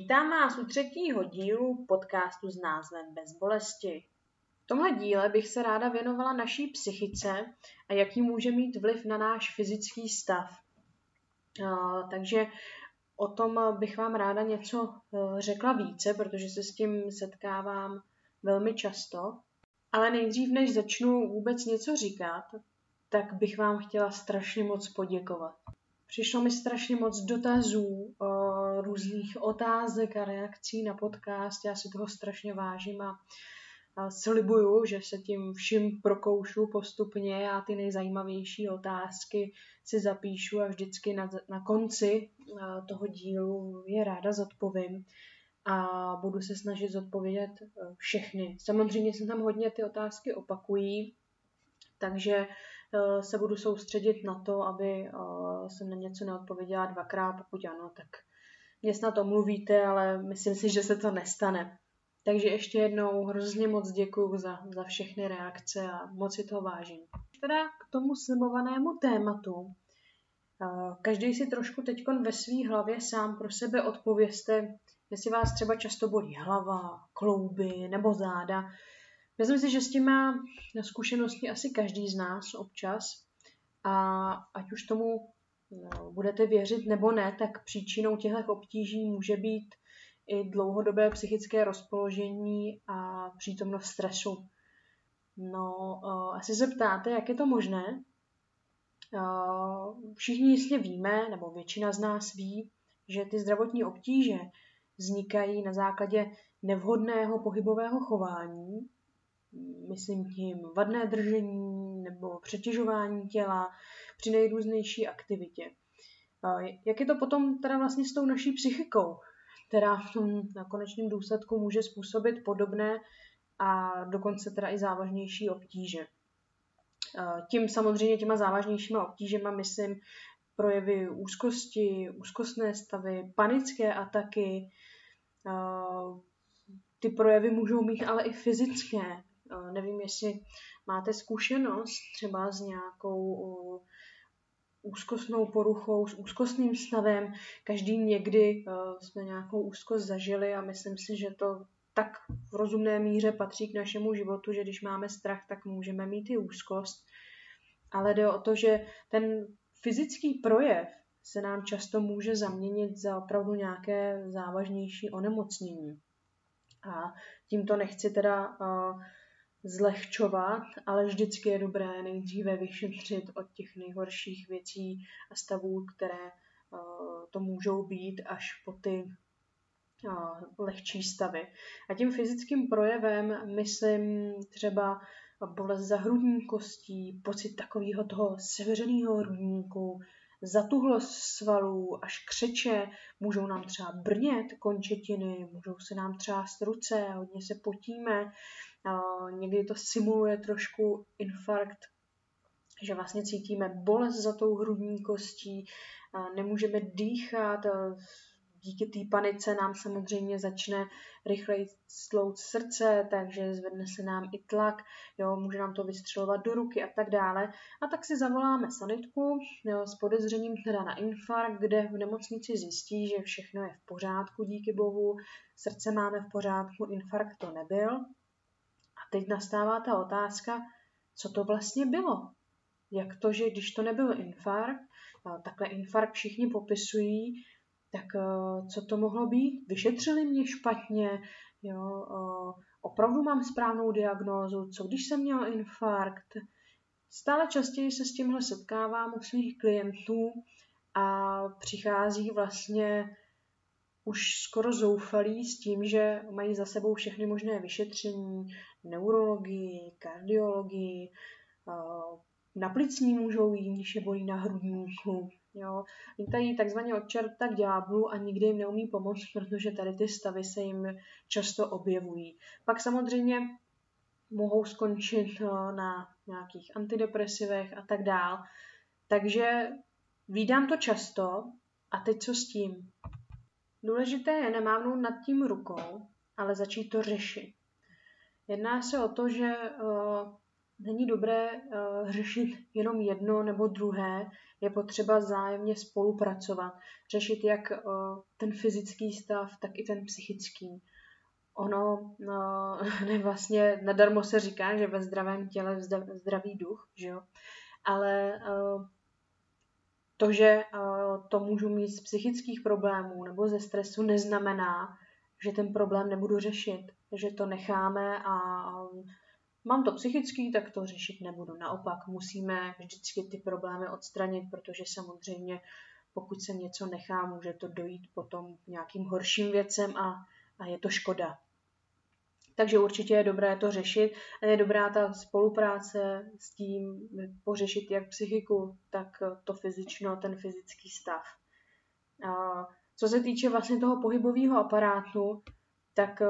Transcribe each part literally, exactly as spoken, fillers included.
Vítám vás u třetího dílu podcastu s názvem Bez bolesti. V tomhle díle bych se ráda věnovala naší psychice a jaký může mít vliv na náš fyzický stav. Takže o tom bych vám ráda něco řekla více, protože se s tím setkávám velmi často. Ale nejdřív, než začnu vůbec něco říkat, tak bych vám chtěla strašně moc poděkovat. Přišlo mi strašně moc dotazů, různých otázek a reakcí na podcast. Já si toho strašně vážím a slibuju, že se tím vším prokoušu postupně. Já ty nejzajímavější otázky si zapíšu a vždycky na, na konci toho dílu je ráda zodpovím. A budu se snažit zodpovědět všechny. Samozřejmě se tam hodně ty otázky opakují, takže se budu soustředit na to, aby jsem na něco neodpověděla dvakrát. Pokud ano, tak mě snad omluvíte, ale myslím si, že se to nestane. Takže ještě jednou hrozně moc děkuju za, za všechny reakce a moc si toho vážím. Teda k tomu slibovanému tématu. Každý si trošku teďkon ve své hlavě sám pro sebe odpovězte, jestli vás třeba často bolí hlava, klouby nebo záda. Myslím si, že s tím má zkušenosti asi každý z nás občas a ať už tomu no, budete věřit nebo ne, tak příčinou těchto obtíží může být i dlouhodobé psychické rozpoložení a přítomnost stresu. No, asi se ptáte, jak je to možné? Všichni jistě víme, nebo většina z nás ví, že ty zdravotní obtíže vznikají na základě nevhodného pohybového chování, myslím tím vadné držení nebo přetěžování těla při nejrůznější aktivitě. Jak je to potom teda vlastně s tou naší psychikou, která v tom na konečném důsledku může způsobit podobné a dokonce teda i závažnější obtíže. Tím samozřejmě těma závažnějšíma obtížema myslím projevy úzkosti, úzkostné stavy, panické ataky. Ty projevy můžou mít ale i fyzické. Nevím, jestli máte zkušenost třeba s nějakou úzkostnou poruchou, s úzkostným stavem. Každý někdy jsme nějakou úzkost zažili a myslím si, že to tak v rozumné míře patří k našemu životu, že když máme strach, tak můžeme mít i úzkost. Ale jde o to, že ten fyzický projev se nám často může zaměnit za opravdu nějaké závažnější onemocnění. A tímto nechci teda uh, zlehčovat, ale vždycky je dobré nejdříve vyšetřit od těch nejhorších věcí a stavů, které uh, to můžou být, až po ty uh, lehčí stavy. A tím fyzickým projevem myslím třeba bolest za hrudní kostí, pocit takového toho seveřeného hrudníku, zatuhlost svalů až křeče, můžou nám třeba brnět končetiny, můžou se nám třást ruce, hodně se potíme, někdy to simuluje trošku infarkt, že vlastně cítíme bolest za tou hrudní kostí, nemůžeme dýchat, díky té panice nám samozřejmě začne rychleji stlout srdce, takže zvedne se nám i tlak, jo, může nám to vystřelovat do ruky a tak dále. A tak si zavoláme sanitku jo, s podezřením teda na infarkt, kde v nemocnici zjistí, že všechno je v pořádku, díky bohu, srdce máme v pořádku, infarkt to nebyl. A teď nastává ta otázka, co to vlastně bylo? Jak to, že když to nebyl infarkt, takhle infarkt všichni popisují, tak co to mohlo být? Vyšetřili mě špatně, jo, opravdu mám správnou diagnózu, co když jsem měl infarkt? Stále častěji se s tímhle setkávám u svých klientů a přichází vlastně už skoro zoufalí s tím, že mají za sebou všechny možné vyšetření, neurologii, kardiologii, na plicní můžou jít, když je bolí na hrudníku. Jo. Lítají takzvaně od čerta k ďáblu a nikdy jim neumí pomoct, protože tady ty stavy se jim často objevují. Pak samozřejmě mohou skončit na nějakých antidepresivech a tak dál. Takže vídám to často a teď co s tím? Důležité je nemávnout nad tím rukou, ale začít to řešit. Jedná se o to, že není dobré uh, řešit jenom jedno nebo druhé, je potřeba vzájemně spolupracovat, řešit jak uh, ten fyzický stav, tak i ten psychický. Ono, no, ne vlastně, nadarmo se říká, že ve zdravém těle zdravý duch, že jo? Ale uh, to, že uh, to můžu mít z psychických problémů nebo ze stresu, neznamená, že ten problém nebudu řešit, že to necháme a um, mám to psychický, tak to řešit nebudu. Naopak musíme vždycky ty problémy odstranit, protože samozřejmě pokud se něco nechá, může to dojít potom k nějakým horším věcem a, a je to škoda. Takže určitě je dobré to řešit a je dobrá ta spolupráce s tím pořešit jak psychiku, tak to fyzično, ten fyzický stav. A co se týče vlastně toho pohybového aparátu, tak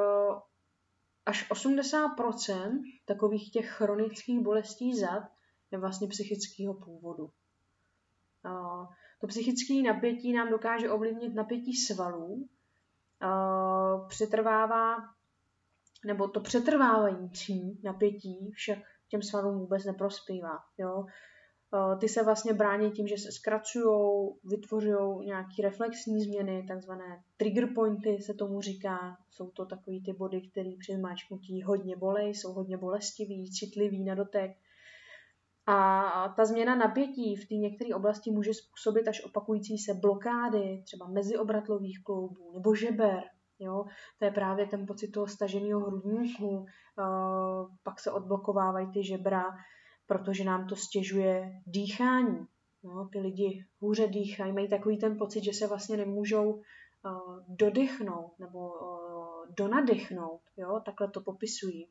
až osmdesát procent takových těch chronických bolestí zad je vlastně psychického původu. To psychické napětí nám dokáže ovlivnit napětí svalů, přetrvává, nebo to přetrvávající napětí však těm svalům vůbec neprospívá. Jo? Ty se vlastně brání tím, že se zkracují, vytvořují nějaké reflexní změny, takzvané trigger pointy se tomu říká. Jsou to takový ty body, které při zmáčknutí hodně bolej, jsou hodně bolestivý, citlivý na dotek. A ta změna napětí v té některé oblasti může způsobit až opakující se blokády, třeba meziobratlových kloubů nebo žeber. Jo? To je právě ten pocit toho staženého hrudníku. Pak se odblokovávají ty žebra, protože nám to stěžuje dýchání. No, ty lidi hůře dýchají, mají takový ten pocit, že se vlastně nemůžou uh, dodechnout nebo uh, donadechnout. Jo? Takhle to popisují.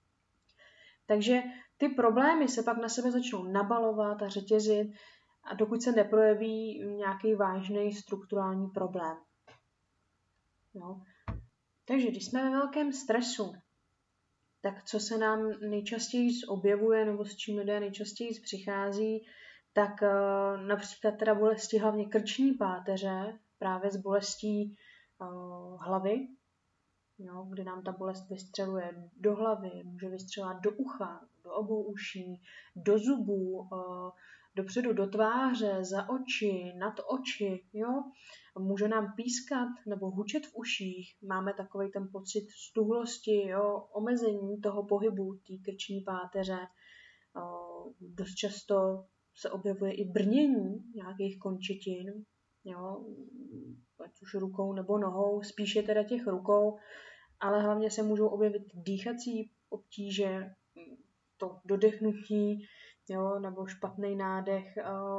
Takže ty problémy se pak na sebe začnou nabalovat a řetězit, a dokud se neprojeví nějaký vážný strukturální problém. No. Takže když jsme ve velkém stresu, tak co se nám nejčastěji objevuje nebo s čím lidé nejčastěji přichází, tak uh, například teda bolesti hlavně krční páteře, právě z bolestí uh, hlavy, jo, kdy nám ta bolest vystřeluje do hlavy, může vystřelovat do ucha, do obou uší, do zubů, uh, dopředu do tváře, za oči, nad oči, jo. Může nám pískat nebo hučet v uších, máme takový ten pocit stuhlosti, jo, omezení toho pohybu, té krční páteře. Dost často se objevuje i brnění nějakých končetin, jo, ať už rukou nebo nohou, spíše teda těch rukou, ale hlavně se můžou objevit dýchací obtíže, to dodechnutí, jo, nebo špatný nádech.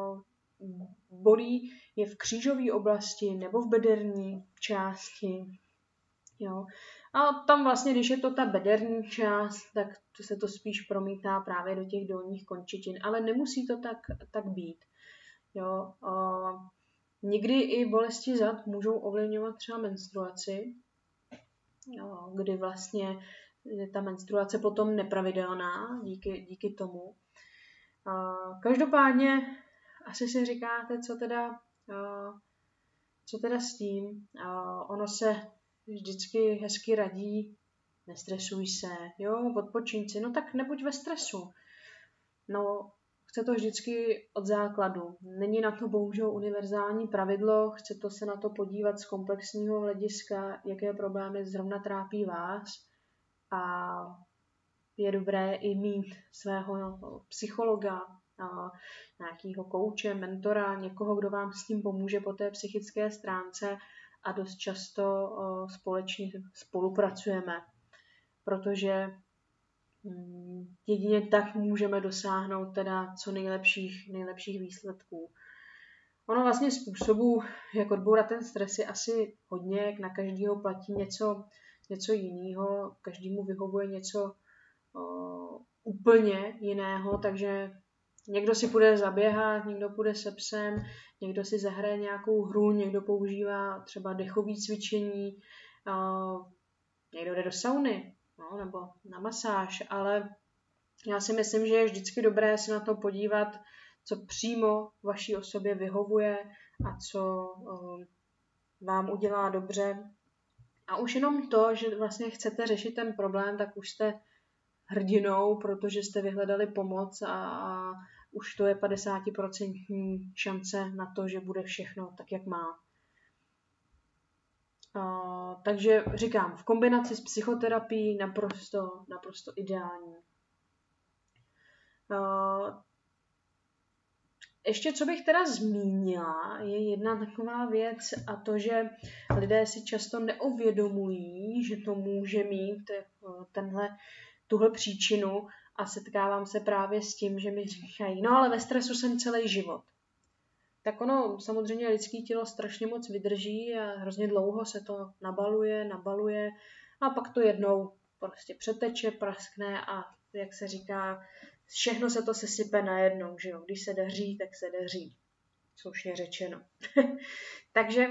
Bolí je v křížové oblasti nebo v bederní části. Jo. A tam vlastně, když je to ta bederní část, tak to se to spíš promítá právě do těch dolních končetin, ale nemusí to tak, tak být. Jo. A někdy i bolesti zad můžou ovlivňovat třeba menstruaci, jo, kdy vlastně je ta menstruace potom nepravidelná díky, díky tomu. A každopádně asi si říkáte, co teda, uh, co teda s tím. Uh, ono se vždycky hezky radí, nestresuj se, jo, odpočiň si, no tak nebuď ve stresu. No, chce to vždycky od základu. Není na to bohužel univerzální pravidlo, chce to se na to podívat z komplexního hlediska, jaké problémy zrovna trápí vás. A je dobré i mít svého psychologa, nějakého kouče, mentora, někoho, kdo vám s tím pomůže po té psychické stránce, a dost často společně spolupracujeme, protože jedině tak můžeme dosáhnout teda co nejlepších, nejlepších výsledků. Ono vlastně způsobů, jak odbourat ten stres, je asi hodně, jak na každého platí něco, něco jiného, každému vyhovuje něco uh, úplně jiného, takže někdo si půjde zaběhat, někdo půjde se psem, někdo si zahraje nějakou hru, někdo používá třeba dechové cvičení, uh, někdo jde do sauny, no, nebo na masáž, ale já si myslím, že je vždycky dobré se na to podívat, co přímo vaší osobě vyhovuje a co uh, vám udělá dobře. A už jenom to, že vlastně chcete řešit ten problém, tak už jste hrdinou, protože jste vyhledali pomoc a, a už to je padesát procent šance na to, že bude všechno tak, jak má. Uh, takže říkám, v kombinaci s psychoterapií naprosto, naprosto ideální. Uh, ještě co bych teda zmínila, je jedna taková věc a to, že lidé si často neuvědomují, že to může mít tenhle, tuhle příčinu a setkávám se právě s tím, že mi říkají, no ale ve stresu jsem celý život. Tak ono, samozřejmě lidské tělo strašně moc vydrží a hrozně dlouho se to nabaluje, nabaluje a pak to jednou prostě přeteče, praskne a jak se říká, všechno se to sesype najednou, že jo. Když se daří, tak se daří. Slušně řečeno. Takže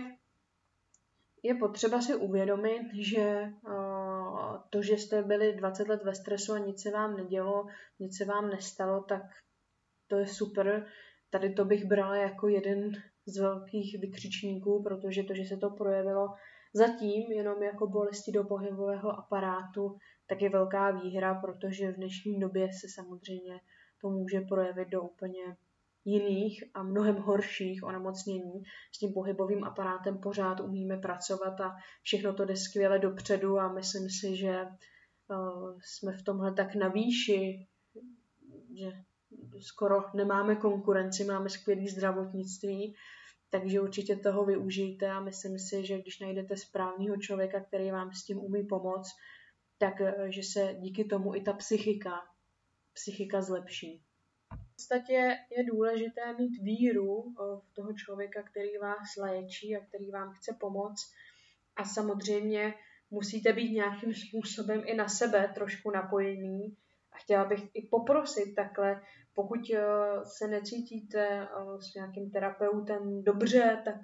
je potřeba si uvědomit, že uh, to, že jste byli dvacet let ve stresu a nic se vám nedělo, nic se vám nestalo, tak to je super. Tady to bych brala jako jeden z velkých vykřičníků, protože to, že se to projevilo zatím jenom jako bolesti do pohybového aparátu, tak je velká výhra, protože v dnešní době se samozřejmě to může projevit do úplně jiných a mnohem horších onemocnění. S tím pohybovým aparátem pořád umíme pracovat a všechno to jde skvěle dopředu a myslím si, že uh, jsme v tomhle tak na výši, že skoro nemáme konkurenci, máme skvělé zdravotnictví, takže určitě toho využijte a myslím si, že když najdete správného člověka, který vám s tím umí pomoct, tak že se díky tomu i ta psychika, psychika zlepší. V podstatě je důležité mít víru v toho člověka, který vás léčí a který vám chce pomoct a samozřejmě musíte být nějakým způsobem i na sebe trošku napojený a chtěla bych i poprosit takhle, pokud se necítíte s nějakým terapeutem dobře, tak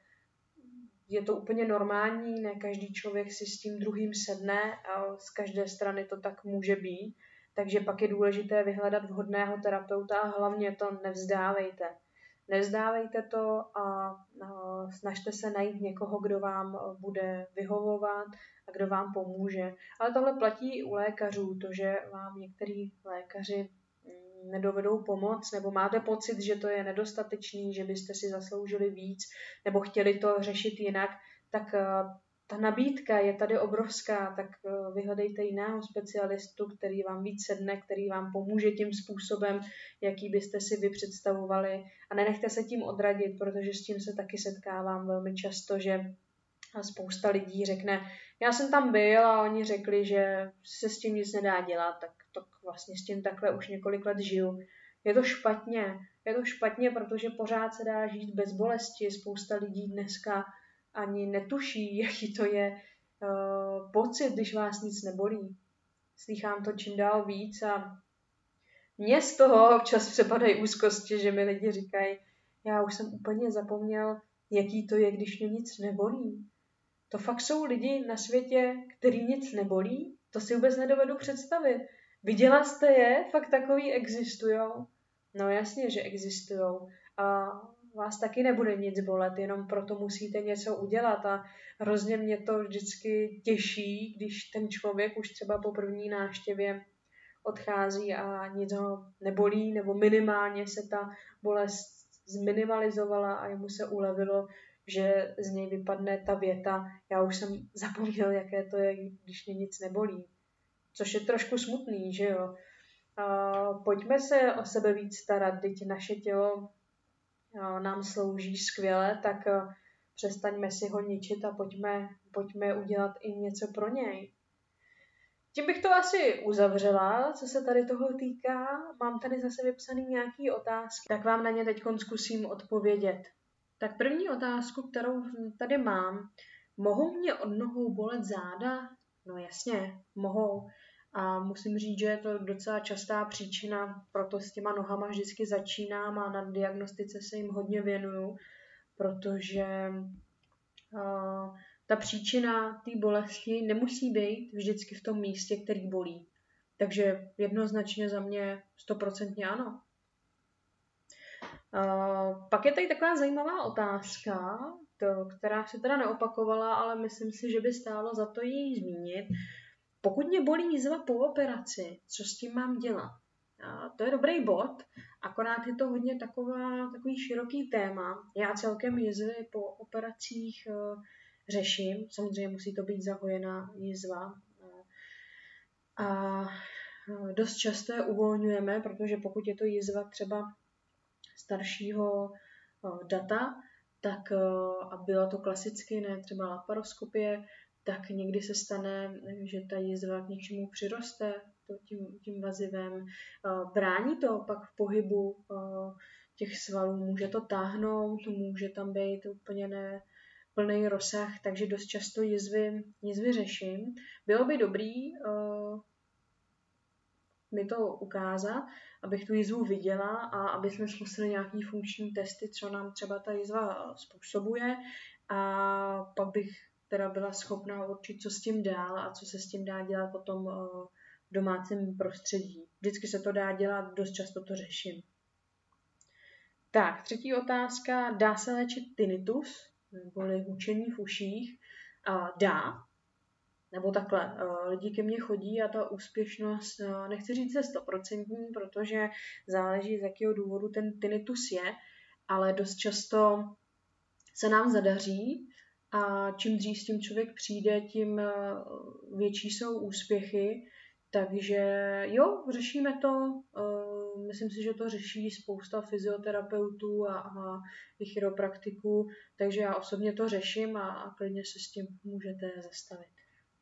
je to úplně normální, ne každý člověk si s tím druhým sedne a z každé strany to tak může být, takže pak je důležité vyhledat vhodného terapeuta a hlavně to nevzdávejte. Nevzdávejte to a snažte se najít někoho, kdo vám bude vyhovovat a kdo vám pomůže. Ale tohle platí i u lékařů, to, že vám některý lékaři nedovedou pomoct, nebo máte pocit, že to je nedostatečný, že byste si zasloužili víc, nebo chtěli to řešit jinak, tak ta nabídka je tady obrovská, tak vyhledejte jiného specialistu, který vám víc sedne, který vám pomůže tím způsobem, jaký byste si vy představovali a nenechte se tím odradit, protože s tím se taky setkávám velmi často, že spousta lidí řekne, já jsem tam byl a oni řekli, že se s tím nic nedá dělat, tak, tak vlastně s tím takhle už několik let žiju. Je to špatně, je to špatně, protože pořád se dá žít bez bolesti. Spousta lidí dneska ani netuší, jaký to je uh, pocit, když vás nic nebolí. Slychám to čím dál víc a mě z toho občas přepadají úzkosti, že mi lidi říkají, já už jsem úplně zapomněl, jaký to je, když mě nic nebolí. To fakt jsou lidi na světě, který nic nebolí? To si vůbec nedovedu představit. Viděla jste je? Fakt takový existujou? No jasně, že existujou. A vás taky nebude nic bolet, jenom proto musíte něco udělat. A hrozně mě to vždycky těší, když ten člověk už třeba po první návštěvě odchází a nic ho nebolí, nebo minimálně se ta bolest zminimalizovala a jemu se ulevilo, že z něj vypadne ta věta, já už jsem zapomněl, jaké to je, když mě nic nebolí. Což je trošku smutný, že jo. A pojďme se o sebe víc starat, teď naše tělo nám slouží skvěle, tak přestaňme si ho ničit a pojďme, pojďme udělat i něco pro něj. Tím bych to asi uzavřela, co se tady toho týká. Mám tady zase vypsaný nějaký otázky, tak vám na ně teď zkusím odpovědět. Tak první otázku, kterou tady mám. Mohou mě od nohou bolet záda? No jasně, mohou. A musím říct, že je to docela častá příčina, proto s těma nohama vždycky začínám a na diagnostice se jim hodně věnuju, protože uh, ta příčina té bolesti nemusí být vždycky v tom místě, který bolí. Takže jednoznačně za mě stoprocentně ano. Uh, pak je tady taková zajímavá otázka, to, která se teda neopakovala, ale myslím si, že by stálo za to jí zmínit. Pokud mě bolí jizva po operaci, co s tím mám dělat? A to je dobrý bod, akorát je to hodně taková, takový široký téma. Já celkem jizvy po operacích uh, řeším, samozřejmě musí to být zahojená jizva. A dost často je uvolňujeme, protože pokud je to jizva třeba staršího uh, data, tak uh, a bylo to klasicky, ne třeba laparoskopie, tak někdy se stane, že ta jizva k něčemu přiroste to tím, tím vazivem. Brání to pak v pohybu těch svalů, může to táhnout, může tam být úplně ne, plný rozsah, takže dost často jizvy, jizvy řeším. Bylo by dobrý uh, mi to ukázat, abych tu jizvu viděla a aby jsme zkusili nějaký funkční testy, co nám třeba ta jizva způsobuje, a pak bych teda byla schopná určit, co s tím dál a co se s tím dá dělat potom v domácím prostředí. Vždycky se to dá dělat, dost často to řeším. Tak, třetí otázka. Dá se léčit tinnitus, neboli hučení v uších? Dá. Nebo takhle, lidi ke mně chodí a ta úspěšnost, nechci říct se stoprocentní, protože záleží, z jakého důvodu ten tinnitus je, ale dost často se nám zadaří a čím dřív s tím člověk přijde, tím větší jsou úspěchy. Takže jo, řešíme to. Myslím si, že to řeší spousta fyzioterapeutů a, a i chiropraktiků, takže já osobně to řeším a, a klidně se s tím můžete zastavit.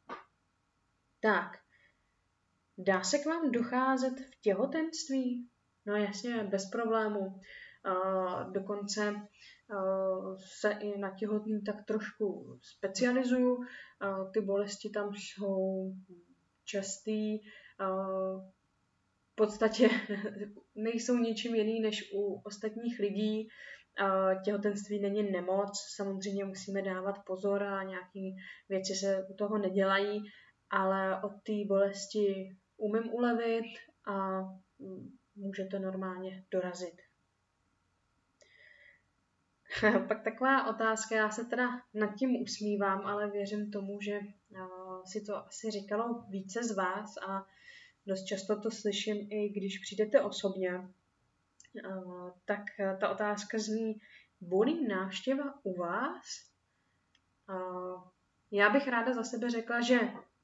Tak, dá se k vám docházet v těhotenství? No jasně, bez problému. Uh, dokonce uh, se i na těhotný tak trošku specializuju. Uh, ty bolesti tam jsou častý. Uh, v podstatě nejsou ničím jiný než u ostatních lidí. Uh, těhotenství není nemoc. Samozřejmě musíme dávat pozor a nějaké věci se u toho nedělají, ale od té bolesti umím ulevit a může to normálně dorazit. Pak taková otázka, já se teda nad tím usmívám, ale věřím tomu, že uh, si to asi říkalo více z vás a dost často to slyším i když přijdete osobně. Uh, tak ta otázka zní, bolí návštěva u vás? Uh, já bych ráda za sebe řekla, že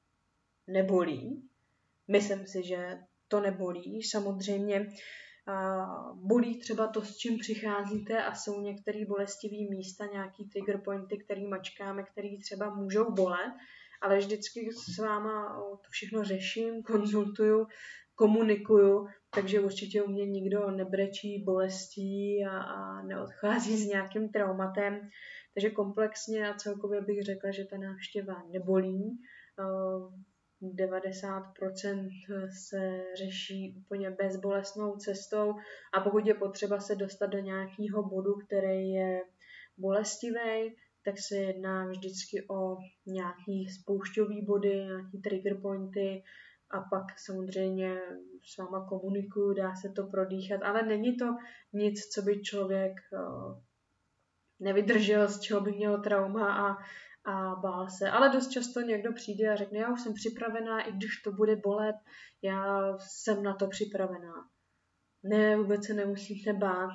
nebolí. Myslím si, že to nebolí. Samozřejmě uh, bolí třeba to, s čím přicházíte a jsou některé bolestivé místa, nějaký trigger pointy, který mačkáme, který třeba můžou bolet, ale vždycky s váma to všechno řeším, konzultuju, komunikuju, takže určitě u mě nikdo nebrečí bolestí a, a neodchází s nějakým traumatem. Takže komplexně a celkově bych řekla, že ta návštěva nebolí. Uh, devadesát procent se řeší úplně bezbolestnou cestou a pokud je potřeba se dostat do nějakého bodu, který je bolestivý, tak se jedná vždycky o nějaký spoušťový body, nějaký trigger pointy a pak samozřejmě s váma komunikuju, dá se to prodýchat, ale není to nic, co by člověk nevydržel, z čeho by měl trauma a a bál se. Ale dost často někdo přijde a řekne, já už jsem připravená, i když to bude bolet, já jsem na to připravená. Ne, vůbec se nemusíte bát.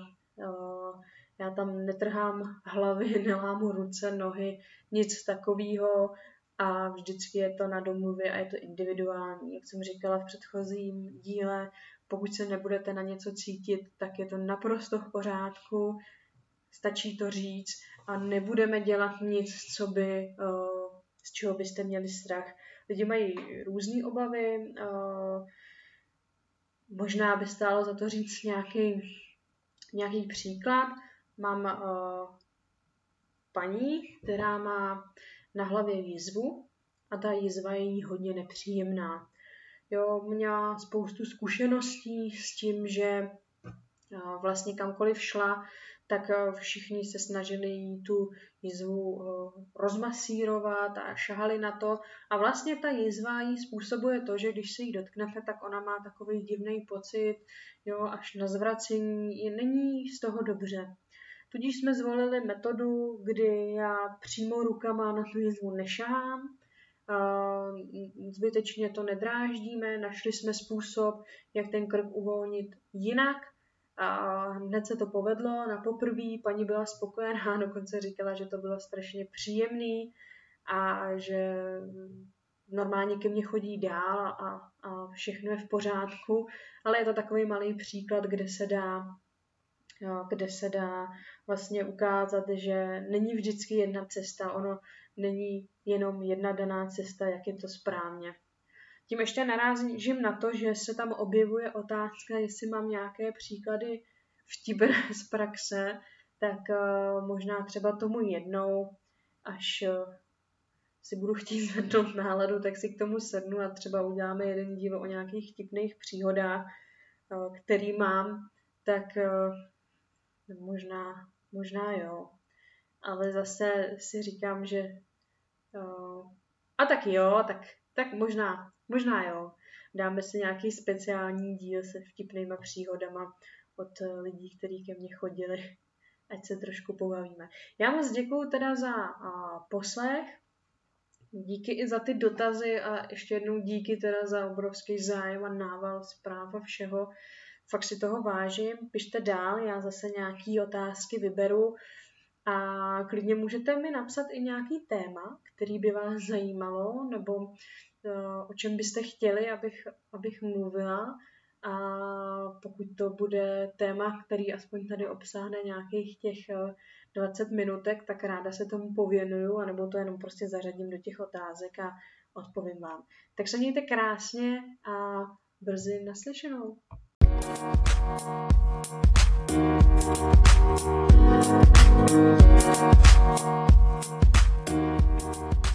Já tam netrhám hlavy, nelámu ruce, nohy, nic takového a vždycky je to na domluvě a je to individuální. Jak jsem říkala v předchozím díle, pokud se nebudete na něco cítit, tak je to naprosto v pořádku. Stačí to říct a nebudeme dělat nic, co by, uh, z čeho byste měli strach. Lidi mají různé obavy, uh, možná by stálo za to říct nějaký, nějaký příklad. Mám uh, paní, která má na hlavě jizvu a ta jizva je jí hodně nepříjemná. Jo, měla spoustu zkušeností s tím, že uh, vlastně kamkoliv šla, tak všichni se snažili jí tu jizvu rozmasírovat a šahali na to. A vlastně ta jizva jí způsobuje to, že když se jí dotknete, tak ona má takový divný pocit, jo, až na zvracení. Není z toho dobře. Tudíž jsme zvolili metodu, kdy já přímo rukama na tu jizvu nešahám, zbytečně to nedráždíme, našli jsme způsob, jak ten krk uvolnit jinak a hned se to povedlo na poprví, paní byla spokojená, dokonce říkala, že to bylo strašně příjemný a že normálně ke mně chodí dál a, a všechno je v pořádku, ale je to takový malý příklad, kde se dá kde se dá vlastně ukázat, že není vždycky jedna cesta, ono není jenom jedna daná cesta, jak je to správně. Tím ještě narážím na to, že se tam objevuje otázka, jestli mám nějaké příklady vtip z praxe, tak uh, možná třeba tomu jednou, až uh, si budu chtít zvednout náladu, tak si k tomu sednu a třeba uděláme jeden díl o nějakých vtipných příhodách, uh, který mám, tak uh, možná, možná jo. Ale zase si říkám, že uh, a tak jo, tak, tak možná, možná jo. Dáme si nějaký speciální díl se vtipnýma příhodama od lidí, kteří ke mně chodili, ať se trošku pobavíme. Já moc děkuju teda za uh, poslech, díky i za ty dotazy a ještě jednou díky teda za obrovský zájem a nával zpráv a všeho. Fakt si toho vážím, pište dál, já zase nějaký otázky vyberu a klidně můžete mi napsat i nějaký téma, který by vás zajímalo, nebo uh, o čem byste chtěli, abych, abych mluvila. A pokud to bude téma, který aspoň tady obsáhne nějakých těch uh, dvacet minutek, tak ráda se tomu pověnuju, anebo to jenom prostě zařadím do těch otázek a odpovím vám. Tak se mějte krásně a brzy naslyšenou. Thank you.